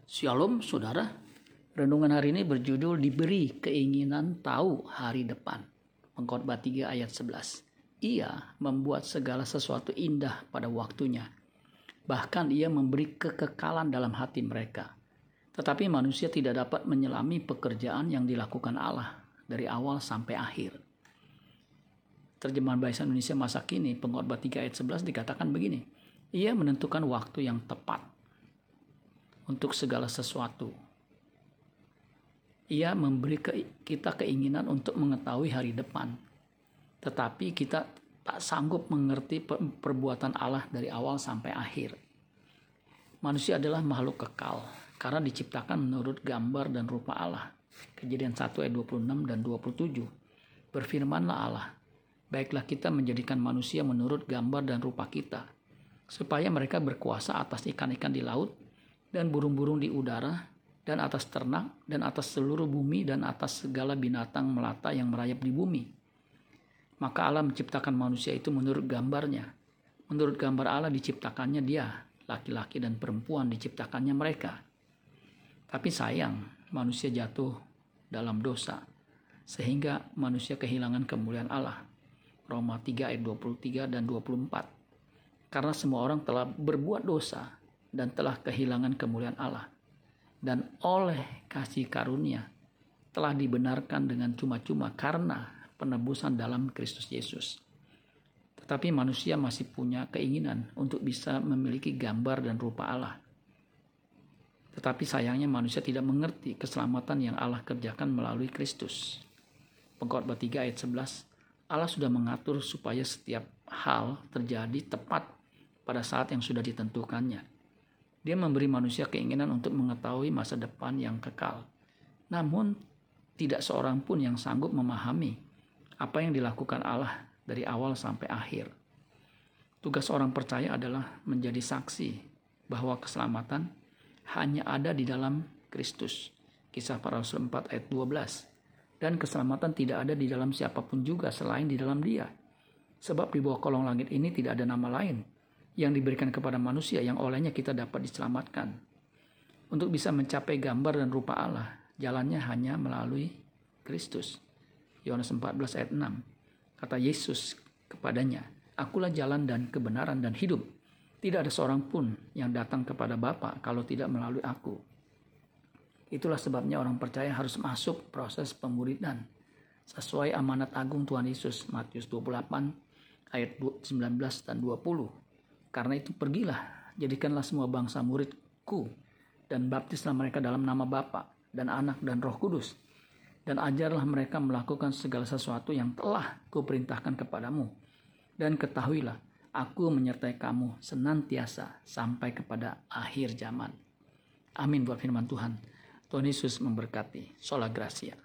Shalom saudara, renungan hari ini berjudul diberi keinginan tahu hari depan. Pengkhotbah 3 ayat 11. Ia membuat segala sesuatu indah pada waktunya. Bahkan ia memberi kekekalan dalam hati mereka. Tetapi manusia tidak dapat menyelami pekerjaan yang dilakukan Allah dari awal sampai akhir. Terjemahan Bahasa Indonesia masa kini, Pengkhotbah 3 ayat 11 dikatakan begini. Ia menentukan waktu yang tepat untuk segala sesuatu. Ia memberi kita keinginan untuk mengetahui hari depan. Tetapi kita tak sanggup mengerti perbuatan Allah dari awal sampai akhir. Manusia adalah makhluk kekal karena diciptakan menurut gambar dan rupa Allah. Kejadian 1 ayat 26 dan 27. Berfirmanlah Allah, baiklah kita menjadikan manusia menurut gambar dan rupa kita, supaya mereka berkuasa atas ikan-ikan di laut, dan burung-burung di udara, dan atas ternak, dan atas seluruh bumi, dan atas segala binatang melata yang merayap di bumi. Maka Allah menciptakan manusia itu menurut gambarnya. Menurut gambar Allah diciptakannya dia, laki-laki dan perempuan diciptakannya mereka. Tapi sayang, manusia jatuh dalam dosa, sehingga manusia kehilangan kemuliaan Allah. Roma 3 ayat 23 dan 24. Karena semua orang telah berbuat dosa dan telah kehilangan kemuliaan Allah. Dan oleh kasih karunia telah dibenarkan dengan cuma-cuma karena penebusan dalam Kristus Yesus. Tetapi manusia masih punya keinginan untuk bisa memiliki gambar dan rupa Allah. Tetapi sayangnya manusia tidak mengerti keselamatan yang Allah kerjakan melalui Kristus. Pengkhotbah 3 ayat 11, Allah sudah mengatur supaya setiap hal terjadi tepat pada saat yang sudah ditentukannya. Dia memberi manusia keinginan untuk mengetahui masa depan yang kekal. Namun, tidak seorang pun yang sanggup memahami apa yang dilakukan Allah dari awal sampai akhir. Tugas orang percaya adalah menjadi saksi bahwa keselamatan hanya ada di dalam Kristus. Kisah Para Rasul 4 ayat 12. Dan keselamatan tidak ada di dalam siapapun juga selain di dalam Dia. Sebab di bawah kolong langit ini tidak ada nama lain yang diberikan kepada manusia yang olehnya kita dapat diselamatkan. Untuk bisa mencapai gambar dan rupa Allah, jalannya hanya melalui Kristus. Yohanes 14 ayat 6. Kata Yesus kepadanya, akulah jalan dan kebenaran dan hidup. Tidak ada seorang pun yang datang kepada Bapa kalau tidak melalui aku. Itulah sebabnya orang percaya harus masuk proses pemuridan sesuai amanat agung Tuhan Yesus, Matius 28 ayat 19 dan 20. Karena itu pergilah, jadikanlah semua bangsa muridku, dan baptislah mereka dalam nama Bapa dan Anak dan Roh Kudus. Dan ajarlah mereka melakukan segala sesuatu yang telah kuperintahkan kepadamu. Dan ketahuilah, aku menyertai kamu senantiasa sampai kepada akhir zaman. Amin buat firman Tuhan. Tuhan Yesus memberkati. Sola Gracia.